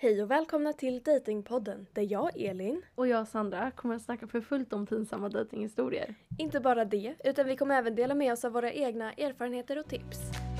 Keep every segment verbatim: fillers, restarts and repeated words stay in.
Hej och välkomna till Datingpodden där jag, Elin, och jag, Sandra, kommer att snacka för fullt om pinsamma datinghistorier. inte bara det, utan vi kommer även dela med oss av våra egna erfarenheter och tips.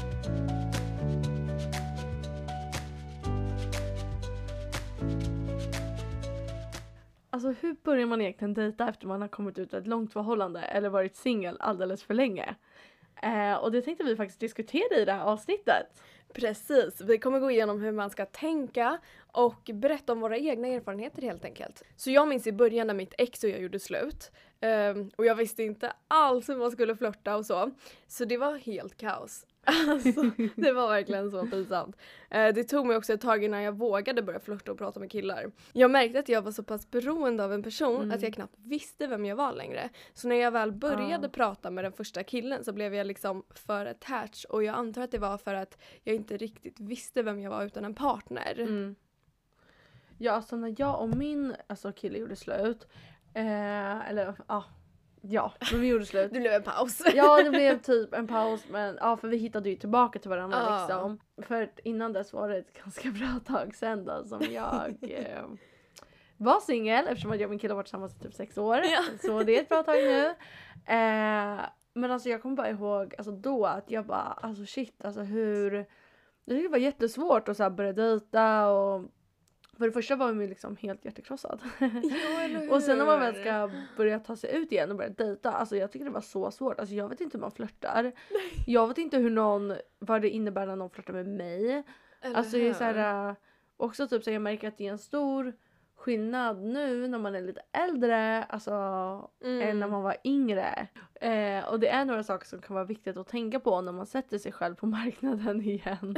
Alltså hur börjar man egentligen dejta efter man har kommit ut ur ett långt förhållande eller varit singel alldeles för länge? Eh, och det tänkte vi faktiskt diskutera i det här avsnittet. Precis, vi kommer gå igenom hur man ska tänka och berätta om våra egna erfarenheter helt enkelt. Så jag minns i början när mitt ex och jag gjorde slut. Um, och jag visste inte alls hur man skulle flirta och så. Så det var helt kaos. Alltså, det var verkligen så pinsamt. Uh, det tog mig också ett tag innan jag vågade börja flirta och prata med killar. Jag märkte att jag var så pass beroende av en person mm. att jag knappt visste vem jag var längre. Så när jag väl började uh. prata med den första killen så blev jag liksom för attached. Och jag antar att det var för att jag inte riktigt visste vem jag var utan en partner. Mm. Ja, alltså när jag och min alltså, kille gjorde slut. Eh, eller ja. Ja, men vi gjorde slut. Det blev en paus. Ja, det blev typ en paus. Men ja, för vi hittade ju tillbaka till varandra ah. liksom. För innan dess var det ett ganska bra tag sedan då, som jag eh, var singel. Eftersom jag och min kille har varit tillsammans i typ sex år. Ja. Så det är ett bra tag nu. Eh, men alltså jag kommer bara ihåg alltså då att jag bara, alltså shit, alltså hur. Jag tyckte det var jättesvårt att så här börja dejta och. För det första var man liksom helt hjärtekrossad. Ja, och sen när man väl ska börja ta sig ut igen och börja dejta. Alltså jag tycker det var så svårt. Alltså jag vet inte hur man flörtar. Nej. Jag vet inte hur någon, vad det innebär när någon flörtar med mig. Eller alltså det är så här, också typ så jag märker att det är en stor skillnad nu när man är lite äldre. Alltså mm. än när man var yngre. Eh, och det är några saker som kan vara viktigt att tänka på när man sätter sig själv på marknaden igen.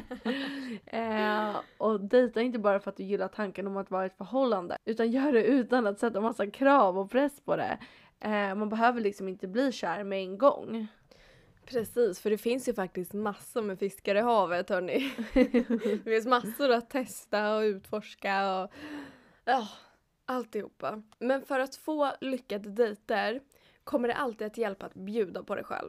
eh, och dejta inte bara för att du gillar tanken om att vara i ett förhållande. Utan gör det utan att sätta massa krav och press på det. Eh, man behöver liksom inte bli kär med en gång. Precis, för det finns ju faktiskt massor med fiskar i havet, hörni. Det finns massor att testa och utforska och ja, alltihopa. Men för att få lyckade dejter kommer det alltid att hjälpa att bjuda på dig själv.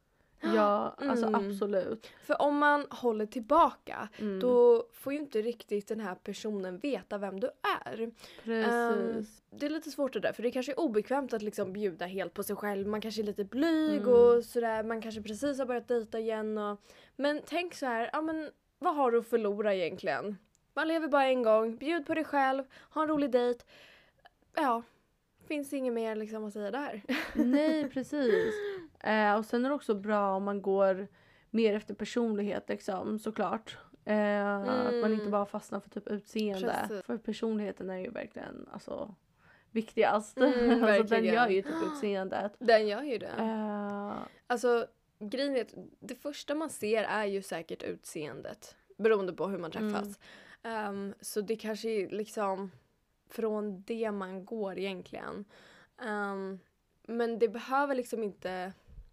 Ja, alltså mm. absolut. För om man håller tillbaka, mm. då får ju inte riktigt den här personen veta vem du är. Precis. Um, det är lite svårt det där, för det kanske är obekvämt att liksom bjuda helt på sig själv. Man kanske är lite blyg mm. och sådär. Man kanske precis har börjat dejta igen. Och. Men tänk så här, ja men vad har du att förlora egentligen? Man lever bara en gång, bjud på dig själv, ha en rolig dejt. Ja, finns inget mer liksom att säga där. Nej, precis. Eh, och sen är det också bra om man går mer efter personlighet liksom, såklart. Eh, mm. Att man inte bara fastnar för typ utseende. Precis. För personligheten är ju verkligen alltså, viktigast. Mm, alltså, den gör ju typ utseendet. Den gör ju det. Eh. Alltså, grejen är att det första man ser är ju säkert utseendet. Beroende på hur man träffas. Mm. Um, så det kanske är liksom från det man går egentligen. Um, men det behöver liksom inte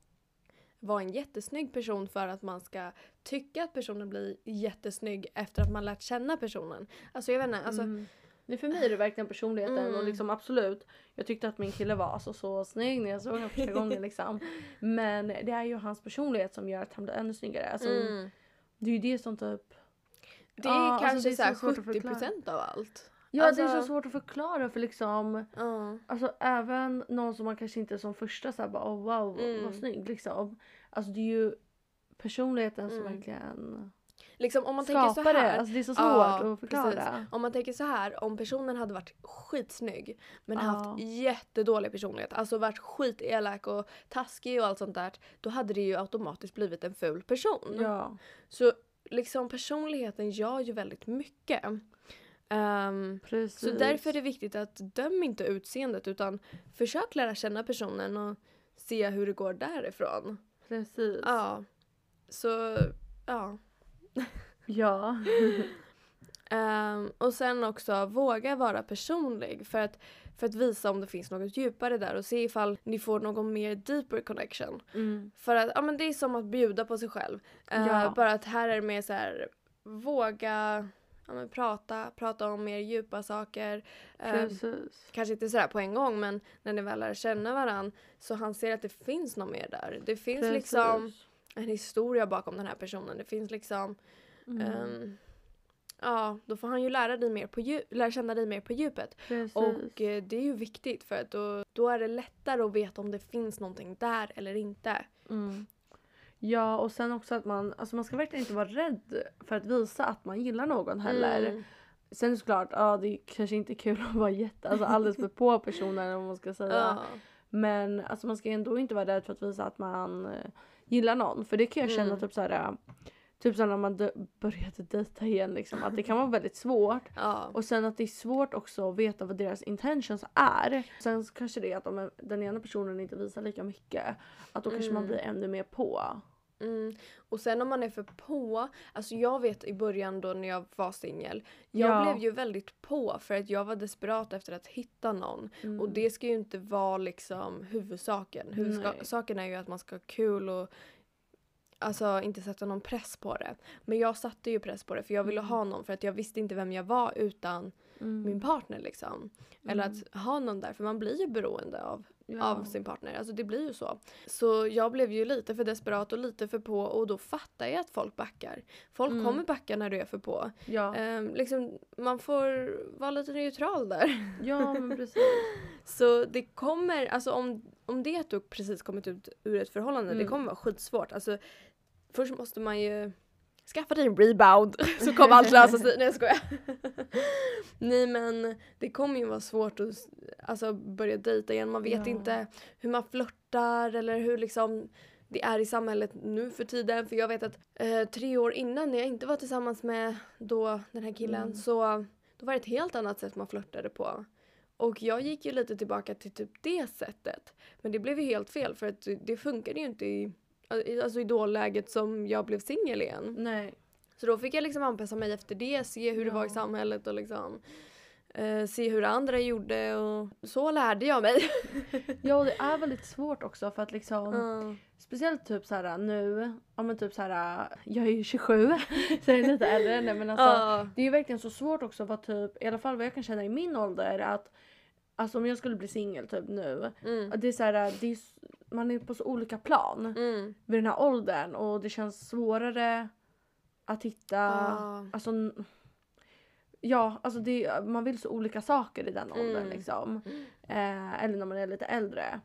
vara en jättesnygg person för att man ska tycka att personen blir jättesnygg efter att man lärt känna personen. Alltså jag vet inte, alltså mm. det för mig är det verkligen personligheten mm. och liksom absolut, jag tyckte att min kille var alltså så snygg när jag såg honom första gången liksom. Men det är ju hans personlighet som gör att han blir ännu snyggare. Alltså, mm. det är ju det som typ det är ah, kanske alltså, det är så sjuttio procent av allt. Ja, alltså, det är så svårt att förklara för liksom uh. alltså även någon som man kanske inte som första så här bara oh wow mm. vad snygg liksom. Alltså det är ju personligheten som mm. verkligen liksom om man tänker så här, det. Alltså det är så svårt ja, att förklara. Precis. Om man tänker så här, om personen hade varit skitsnygg men ja. haft jättedålig personlighet, alltså varit skitelak och taskig och allt sånt där, då hade det ju automatiskt blivit en ful person. Ja. Så liksom personligheten gör ju väldigt mycket. Um, så därför är det viktigt att döm inte utseendet utan försök lära känna personen och se hur det går därifrån. Precis. Ja. Så, ja. Ja. um, och sen också våga vara personlig för att, för att visa om det finns något djupare där och se ifall ni får någon mer deeper connection. Mm. För att, ja men det är som att bjuda på sig själv. Uh, ja. Bara att här är det mer så här, våga ja, men prata, prata om mer djupa saker. Precis. Uh, kanske inte sådär på en gång, men när ni väl lär känna varann så han ser att det finns något mer där. Det finns Precis. liksom en historia bakom den här personen. Det finns liksom mm. um, Ja, då får han ju lära, dig mer på dju- lära känna dig mer på djupet. Precis. Och eh, det är ju viktigt för att då, då är det lättare att veta om det finns någonting där eller inte. Mm. Ja, och sen också att man, alltså man ska verkligen inte vara rädd för att visa att man gillar någon heller. Mm. Sen är det såklart, ja det är kanske inte kul att vara jätte, alltså alldeles för på personen om man ska säga. Ja. Men alltså man ska ändå inte vara rädd för att visa att man eh, gillar någon. För det kan jag känna Mm. typ såhär, typ så när man dö- började dejta igen liksom, att det kan vara väldigt svårt. Ja. Och sen att det är svårt också att veta vad deras intentions är. Sen så kanske det är att om den ena personen inte visar lika mycket, att då kanske Mm. man blir ännu mer på. Mm. Och sen om man är för på, alltså jag vet i början då när jag var singel, jag Ja. blev ju väldigt på för att jag var desperat efter att hitta någon. Mm. Och det ska ju inte vara liksom huvudsaken. Huvudsaken är ju att man ska ha kul och alltså inte sätta någon press på det. Men jag satte ju press på det för jag ville Mm. ha någon för att jag visste inte vem jag var utan Mm. min partner liksom. Eller Mm. att ha någon där, för man blir ju beroende av Ja. av sin partner. Alltså det blir ju så. Så jag blev ju lite för desperat och lite för på och då fattar jag att folk backar. Folk Mm. kommer backa när du är för på. Ja. Ehm, liksom, man får vara lite neutral där. ja, men precis. Så det kommer, alltså om, om det är att du precis kommit ut ur ett förhållande, Mm. det kommer vara skitsvårt. Alltså först måste man ju skaffa dig en rebound så kommer allt lösa sig. Nej jag skojar. Nej men det kommer ju vara svårt att alltså, börja dejta igen. Man vet Ja. inte hur man flörtar eller hur liksom det är i samhället nu för tiden. För jag vet att eh, tre år innan när jag inte var tillsammans med då den här killen Mm. så då var det ett helt annat sätt man flörtade på. Och jag gick ju lite tillbaka till typ det sättet. Men det blev ju helt fel för att det funkade ju inte i alltså idolläget som jag blev singel igen. Nej. Så då fick jag liksom anpassa mig efter det, se hur det Ja. var i samhället och liksom eh, se hur andra gjorde och så lärde jag mig. Ja, och det är väldigt svårt också för att liksom Ja. speciellt typ så här nu, ja men typ så här, jag är ju tjugosju så jag är lite äldre än det, men alltså Ja. det är ju verkligen så svårt också för typ, i alla fall vad jag kan känna i min ålder, att alltså om jag skulle bli singel typ nu, Mm. att det är så här, det är, s- man är på så olika plan Mm. vid den här åldern och det känns svårare att hitta, Ja. alltså n- ja, alltså det, man vill så olika saker i den åldern Mm. liksom. Eh, eller när man är lite äldre.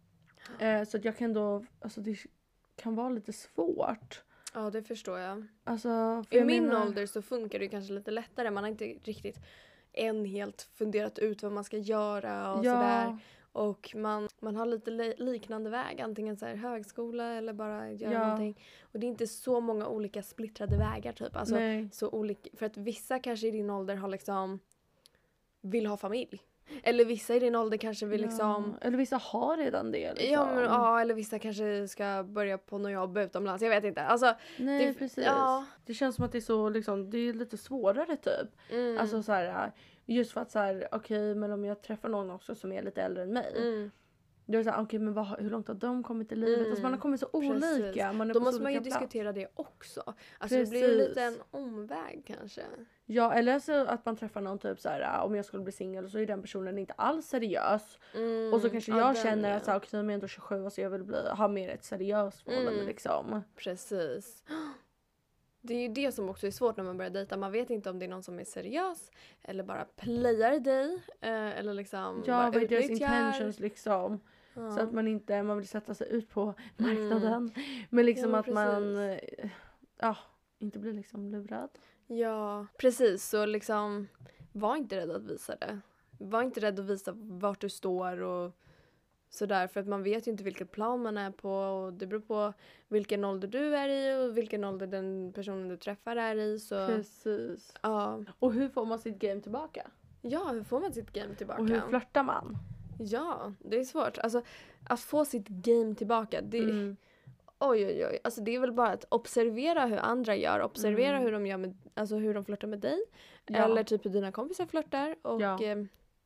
Eh, så att jag kan då, alltså det kan vara lite svårt. Ja, det förstår jag. Alltså, för I jag min menar- ålder så funkar det kanske lite lättare. Man har inte riktigt än helt funderat ut vad man ska göra och ja, sådär. Och man, man har lite li- liknande väg. Antingen så här högskola eller bara göra Ja. någonting. Och det är inte så många olika splittrade vägar typ. Alltså, nej. så olika, för att vissa kanske i din ålder har liksom vill ha familj. Eller vissa i din ålder kanske vill liksom Ja. Eller vissa har redan det liksom. ja, men, ja, eller vissa kanske ska börja på något jobb utomlands. Jag vet inte. Alltså, Nej, det- precis. ja. Det känns som att det är så liksom, det är lite svårare typ. mm, Alltså så här, just för att så här, okej, men om jag träffar någon också som är lite äldre än mig. mm. Då är det så här, okej, men vad, hur långt har de kommit i livet? Mm. Alltså man har kommit så Precis. olika. Man är Då på så måste man ju olika plats. diskutera det också. Alltså det blir ju Precis. lite en omväg kanske. Ja, eller så att man träffar någon typ så här, om jag skulle bli singel så är den personen inte alls seriös. Mm, Och så kanske ja, jag den, känner ja. att så här, okej, men jag är ändå tjugosju, alltså jag vill bli, ha mer ett seriöst förhållande Mm. liksom. Precis. Det är ju det som också är svårt när man börjar dejta. Man vet inte om det är någon som är seriös eller bara playar dig. Eh, eller liksom Ja, bara vad är deras utnyttjar. intentions liksom. Ja. Så att man inte, man vill sätta sig ut på Mm. marknaden. Men liksom Ja, att man, eh, ja, inte blir liksom lurad. Ja, precis. Så liksom, var inte rädd att visa det. Var inte rädd att visa vart du står och sådär. För att man vet ju inte vilket plan man är på. Och det beror på vilken ålder du är i och vilken ålder den personen du träffar är i. Så, Precis. ja. Och hur får man sitt game tillbaka? ja, hur får man sitt game tillbaka? Och hur flörtar man? Ja, det är svårt. Alltså, att få sitt game tillbaka, det, Mm. oj oj oj. Alltså, det är väl bara att observera hur andra gör. Observera Mm. hur de gör med, alltså hur de flörtar med dig. Ja. Eller typ hur dina kompisar flörtar. Och Ja. eh,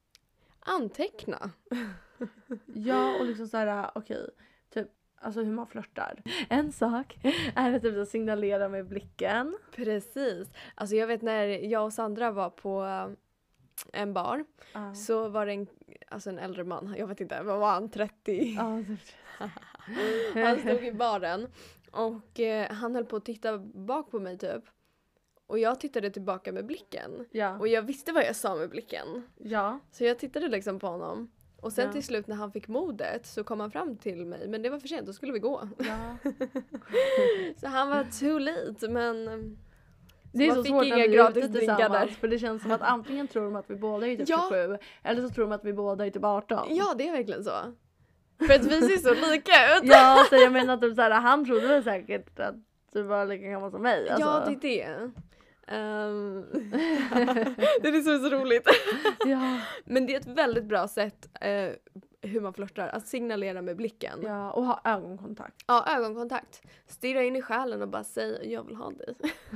anteckna. Ja, och liksom så här, okej, typ, alltså hur man flörtar. En sak är att typ att signalera med blicken. Precis. Alltså jag vet när jag och Sandra var på eh, en bar. Ja. Så var det en, alltså en äldre man. Jag vet inte, vad var han? trettio? Ja, typ. Han stod i baren. Och eh, han höll på att titta bak på mig typ. Och jag tittade tillbaka med blicken. Ja. Och jag visste vad jag sa med blicken. Ja. Så jag tittade liksom på honom. Och sen Ja. till slut när han fick modet så kom han fram till mig. Men det var för sent, då skulle vi gå. Ja. Så han var too late, men... Det är man så fick svårt inga när vi är gratis ute drinkar tillsammans. där. För det känns som att antingen tror de att vi båda är typ Ja. tjugosju. Eller så tror de att vi båda är typ arton. Ja, det är verkligen så. För att vi ser så lika ut. Ja, så jag menar typ såhär, han trodde väl säkert att du var lika gammal som mig. Alltså. Ja, det är det. Um, det är så, så roligt. Ja. Men det är ett väldigt bra sätt eh, hur man flörtar. Att signalera med blicken. Ja, och ha ögonkontakt. Ja, ögonkontakt. Stirra in i själen och bara säga jag vill ha dig.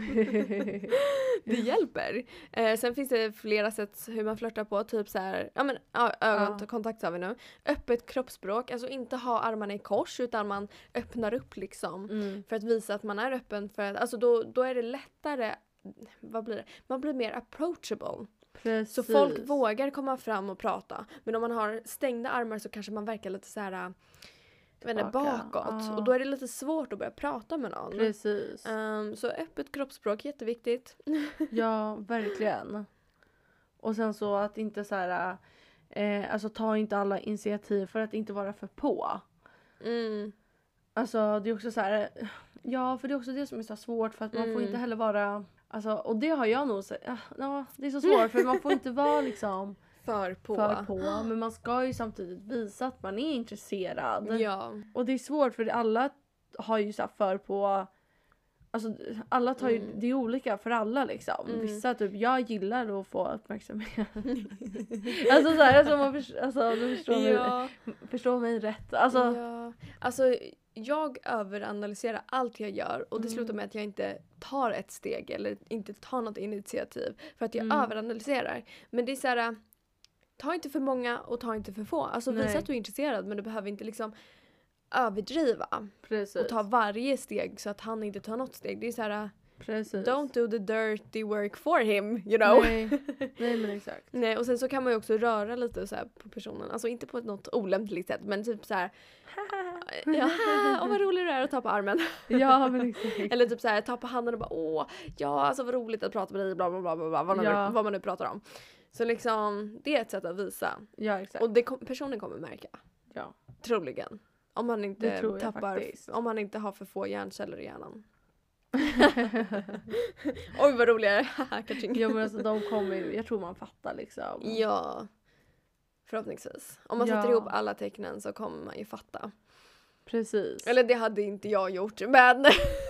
Det hjälper. Eh, sen finns det flera sätt hur man flörtar på. Typ så här, ja men ja, ögonkontakt har vi nu. Öppet kroppsspråk. Alltså inte ha armarna i kors utan man öppnar upp liksom. Mm. För att visa att man är öppen. För att, alltså då, då är det lättare. Vad blir det? Man blir mer approachable. Precis. Så folk vågar komma fram och prata. Men om man har stängda armar så kanske man verkar lite så här, jag vet inte, bakåt. Ah. Och då är det lite svårt att börja prata med någon. Precis. Um, så öppet kroppsspråk, jätteviktigt. Ja, verkligen. Och sen så att inte så här, eh, alltså ta inte alla initiativ för att inte vara för på. Mm. Alltså det är också så här, ja för det är också det som är så svårt för att man Mm. får inte heller vara, alltså och det har jag nog sett, ja, ja, det är så svårt för man får inte vara liksom För på. för på, men man ska ju samtidigt visa att man är intresserad. Ja. Och det är svårt för alla har ju så här för på, alltså alla tar ju, Mm. det är olika för alla liksom. Mm. Vissa typ, jag gillar att få uppmärksamhet. alltså så här, alltså, man förstår, alltså du förstår, Ja. mig, förstår mig rätt. Alltså, ja. Alltså jag överanalyserar allt jag gör och det Mm. slutar med att jag inte tar ett steg eller inte tar något initiativ för att jag Mm. överanalyserar. Men det är så här, ta inte för många och ta inte för få. Alltså Nej. visa att du är intresserad men du behöver inte liksom överdriva precis. och ta varje steg så att han inte tar något steg. Det är så här, precis. don't do the dirty work for him, you know. Nej. Nej men exakt. Nej, och sen så kan man ju också röra lite så här på personen. Alltså inte på ett något olämpligt sätt, men typ så här. Ja, åh vad rolig du är att ta på armen. Ja men exakt. Eller typ så här, ta på handen och bara åh, ja alltså vad roligt att prata med dig, bla bla bla bla, bla vad, man Ja. nu, vad man nu pratar om. Så liksom, det är ett sätt att visa. Ja exakt. Och det kom, personen kommer märka. Ja. Troligen. Om man Det inte tror jag tappar, faktiskt. om man inte har för få hjärnceller i hjärnan. Oj vad roligare. Kaching. Ja men alltså de kommer ju, jag tror man fattar liksom. Ja. Förhoppningsvis. Om man Ja. sätter ihop alla tecknen så kommer man ju fatta. Precis. Eller det hade inte jag gjort, men...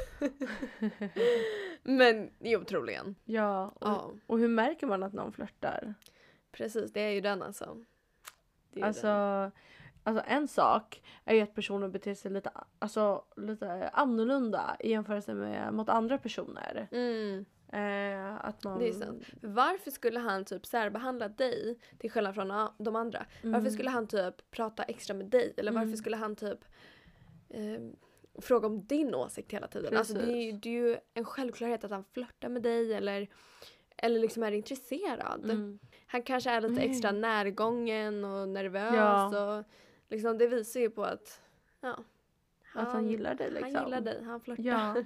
men jo, troligen. Ja, och, Ja, och hur märker man att någon flörtar? precis. Det är ju den alltså. Det är ju Alltså, den. alltså en sak är ju att personen beter sig lite, alltså, lite annorlunda i jämförelse med mot andra personer. Mm, Eh, att man... det är sant. Varför skulle han typ särbehandla dig till skillnad från a- de andra? Mm. Varför skulle han typ prata extra med dig? Eller varför Mm. skulle han typ eh, fråga om din åsikt hela tiden? Alltså det är, ju, Precis. det är ju en självklarhet att han flörtar med dig eller, eller liksom är intresserad. Mm. Han kanske är lite Nej. extra närgången och nervös. Ja. Och liksom det visar ju på att ja, Att han gillar dig liksom. Han gillar dig, han flörtar. Ja.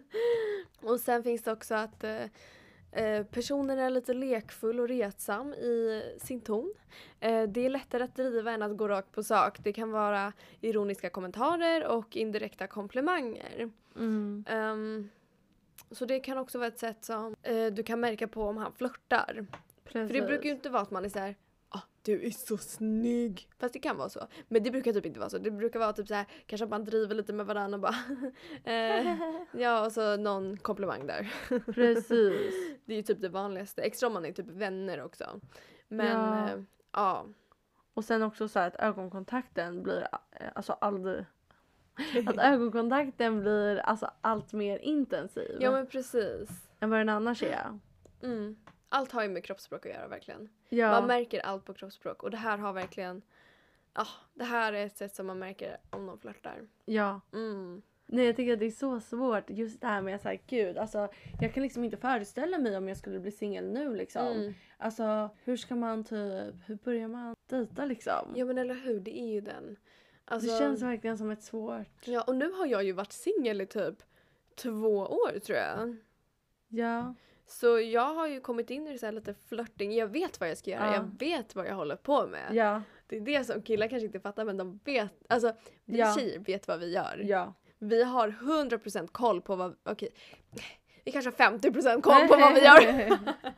Och sen finns det också att eh, eh, personen är lite lekfull och retsam i sin ton. Eh, det är lättare att driva än att gå rakt på sak. Det kan vara ironiska kommentarer och indirekta komplimanger. Mm. Ehm, så det kan också vara ett sätt som eh, du kan märka på om han flörtar. Precis. För det brukar ju inte vara att man är så här, ah, du är så snygg. Fast det kan vara så. Men det brukar typ inte vara så. Det brukar vara typ så här, kanske att man driver lite med varandra och bara eh, ja, och så någon komplimang där. Precis. Det är ju typ det vanligaste. Extra om man är typ vänner också. Men Ja. ja. Eh, ja. Och sen också så här att ögonkontakten blir, eh, alltså aldrig... Att ögonkontakten blir alltså allt mer intensiv Ja men precis. än vad den annars är. Mm. Allt har ju med kroppsspråk att göra verkligen. Ja. Man märker allt på kroppsspråk. Och det här har verkligen, ja, det här är ett sätt som man märker om någon flörtar. Ja. Mm. Nej jag tycker att det är så svårt just det här med att säga gud, alltså jag kan liksom inte föreställa mig om jag skulle bli singel nu liksom. Mm. Alltså hur ska man typ, hur börjar man dejta liksom? Ja men eller hur, det är ju den. Alltså, Det känns verkligen som ett svårt. ja, och nu har jag ju varit singel i typ två år tror jag. Ja. Så jag har ju kommit in i så här lite flirting. Jag vet vad jag ska göra. Ja. Jag vet vad jag håller på med. Ja. Det är det som killar kanske inte fattar, men de vet. Alltså, vi Ja. tjejer vet vad vi gör. Ja. Vi har hundra procent koll på vad, okej. Vi kanske har femtio procent koll på vad vi gör.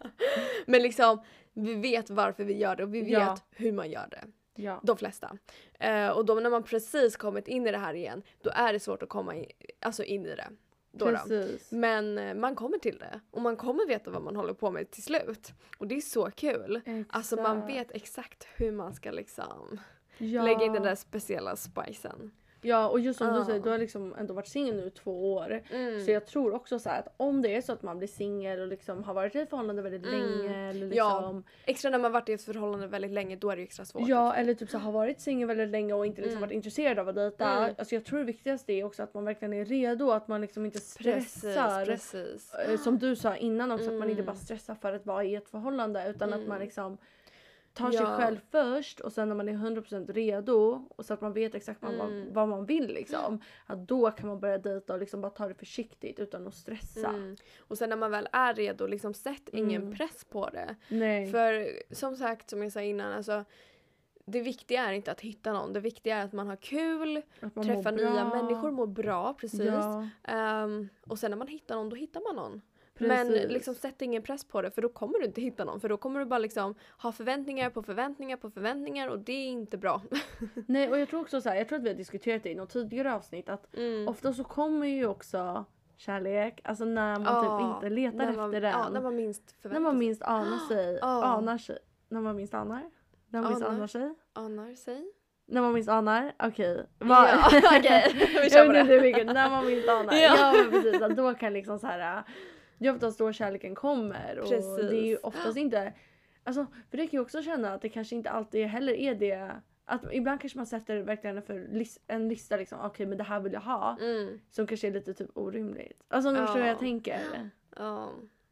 Men liksom, vi vet varför vi gör det och vi vet Ja. hur man gör det. Ja. De flesta. Uh, och då när man precis kommit in i det här igen, då är det svårt att komma in, alltså in i det. Då då. Precis. Men uh, man kommer till det. Och man kommer veta vad man håller på med till slut. Och det är så kul. Exakt. Alltså man vet exakt hur man ska liksom Ja. lägga in den där speciella spicen. Ja, och just som Ja. du säger, du har liksom ändå varit singel nu i två år. Mm. Så jag tror också så här att om det är så att man blir singel och liksom har varit i ett förhållande väldigt Mm. länge. Eller liksom, Ja. Extra när man varit i ett förhållande väldigt länge, då är det extra svårt. Ja, eller typ så har varit singel väldigt länge och inte liksom Mm. varit intresserad av att dejta. Mm. Alltså jag tror det viktigaste är också att man verkligen är redo, att man liksom inte stressar. Precis, precis. Eh, Som du sa innan också, att man inte Mm. bara stressar för att vara i ett förhållande utan Mm. att man liksom tar sig Ja. själv först och sen när man är hundra procent redo och så att man vet exakt vad, Mm. vad man vill liksom, att då kan man börja dejta och liksom bara ta det försiktigt utan att stressa. Mm. Och sen när man väl är redo, liksom sätt ingen Mm. press på det. Nej. För som sagt, som jag sa innan, alltså det viktiga är inte att hitta någon. Det viktiga är att man har kul, Att man träffa mår nya bra. människor, mår bra, precis. Ja, Ehm, och sen när man hittar någon, då hittar man någon. precis. Men liksom sätt ingen press på det, för då kommer du inte hitta någon. För då kommer du bara liksom ha förväntningar på förväntningar på förväntningar och det är inte bra. Nej, och jag tror också så här, jag tror att vi har diskuterat det i något tidigare avsnitt att Mm. ofta så kommer ju också kärlek, alltså när man Ja, typ inte letar när efter man, den. Ja, när man minst förväntar när man sig. minst anar sig, Ja. anar sig, när man minst anar, när man minst Anar. anar sig, Anar sig. när man minst anar, okej. Ja, okej. Vi Jag kör på vet inte det. vilket, när man minst anar. Ja. Ja, men precis, att då kan liksom så här, det är oftast då kärleken kommer och Precis. det är ju oftast inte, alltså för det kan ju också känna att det kanske inte alltid heller är det, att ibland kanske man sätter verkligen för lis- en lista liksom, okej men det här vill jag ha, Mm. som kanske är lite typ orimligt. Alltså om du Ja. förstår hur jag tänker. Ja.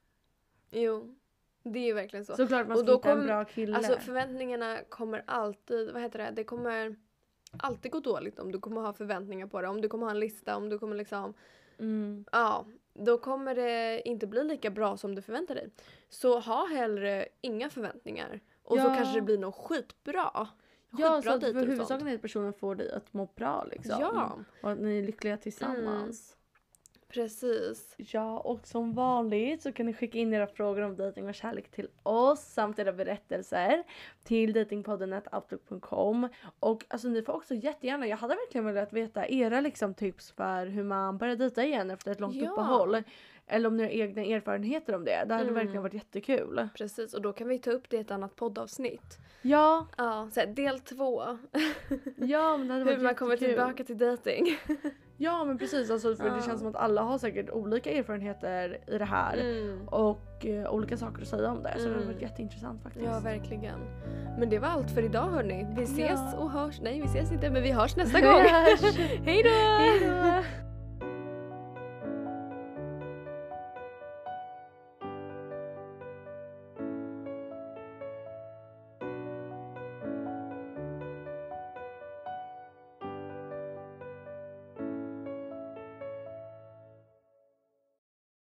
Jo. Det är ju verkligen så. Såklart man Och ska då hitta en kom- bra kille. Alltså förväntningarna kommer alltid, vad heter det, det kommer alltid gå dåligt om du kommer ha förväntningar på det. Om du kommer ha en lista, om du kommer liksom, mm. ja, då kommer det inte bli lika bra som du förväntar dig. Så ha hellre inga förväntningar. Och så Ja. kanske det blir något skitbra. Ja, Skitbra så att dejter för och huvudsaken sånt. är att personen får dig att må bra liksom. Ja, Och att ni är lyckliga tillsammans. precis. Ja, och som vanligt så kan ni skicka in era frågor om dejting och kärlek till oss samt era berättelser till datingpodden at outlook punkt com. Och alltså ni får också jättegärna, jag hade verkligen velat veta era liksom tips för hur man börjar dejta igen efter ett långt Ja. uppehåll. Eller om ni har egna erfarenheter om det. Det hade Mm. verkligen varit jättekul. Precis, och då kan vi ta upp det i ett annat poddavsnitt. Ja, Ja, så här, del två. ja men det hade varit Hur man kommer jättekul. tillbaka till dating. Ja men precis, alltså, för Ja. det känns som att alla har säkert olika erfarenheter i det här. Mm. Och eh, olika saker att säga om det. Så det hade Mm. varit jätteintressant faktiskt. Ja, verkligen. Men det var allt för idag hörni. Vi ses Ja. och hörs. Nej, vi ses inte, men vi hörs nästa gång. Vi hörs. Hej då! Hej då!